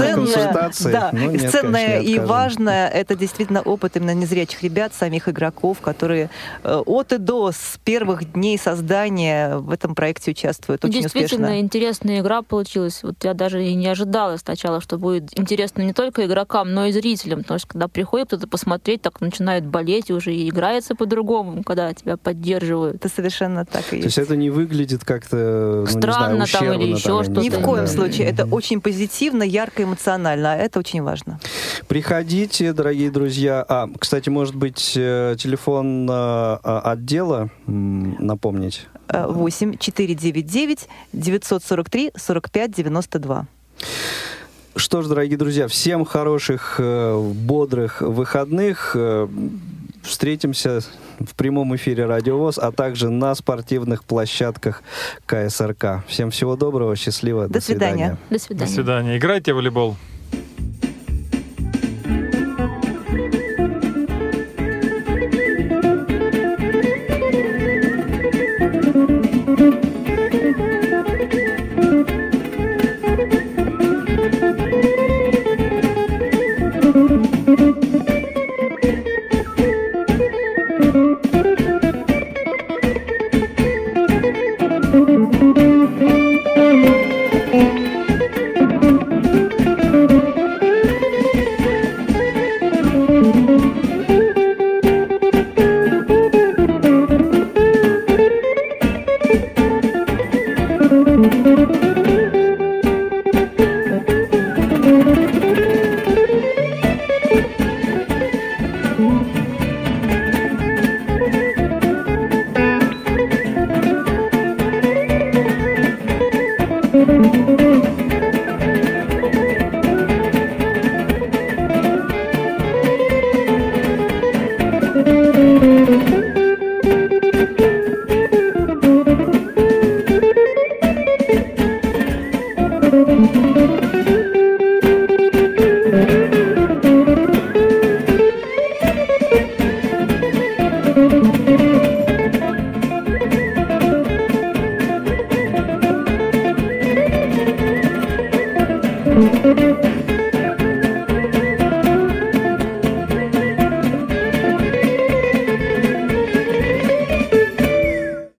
D: ценное и важное — это действительно опыт именно незрячих ребят, самих игроков, которые от и до, с первых дней создания в этом проекте участвуют очень успешно.
G: Действительно интересная игра получилась. Вот я даже и не ожидала сначала, что будет интересно не только игрокам, но и зрителям, потому что когда приходит кто-то посмотреть, так начинает болеть, и уже и играется по-другому, когда тебя поддерживают.
D: Это совершенно так и есть.
C: То есть это не выглядит как-то,
G: странно,
C: не знаю, ущербно
G: там или еще что-то.
D: Ни в коем случае. Это очень позитивно, ярко, эмоционально, а это очень важно.
C: Приходите, дорогие друзья. Кстати, может быть, телефон отдела напомнить?
D: 8-499-943-45-92.
C: Что ж, дорогие друзья, всем хороших, бодрых выходных. Встретимся в прямом эфире Радио ВОС, а также на спортивных площадках КСРК. Всем всего доброго, счастливо,
D: до свидания.
G: До свидания.
F: До свидания. Играйте в волейбол.
I: Thank you.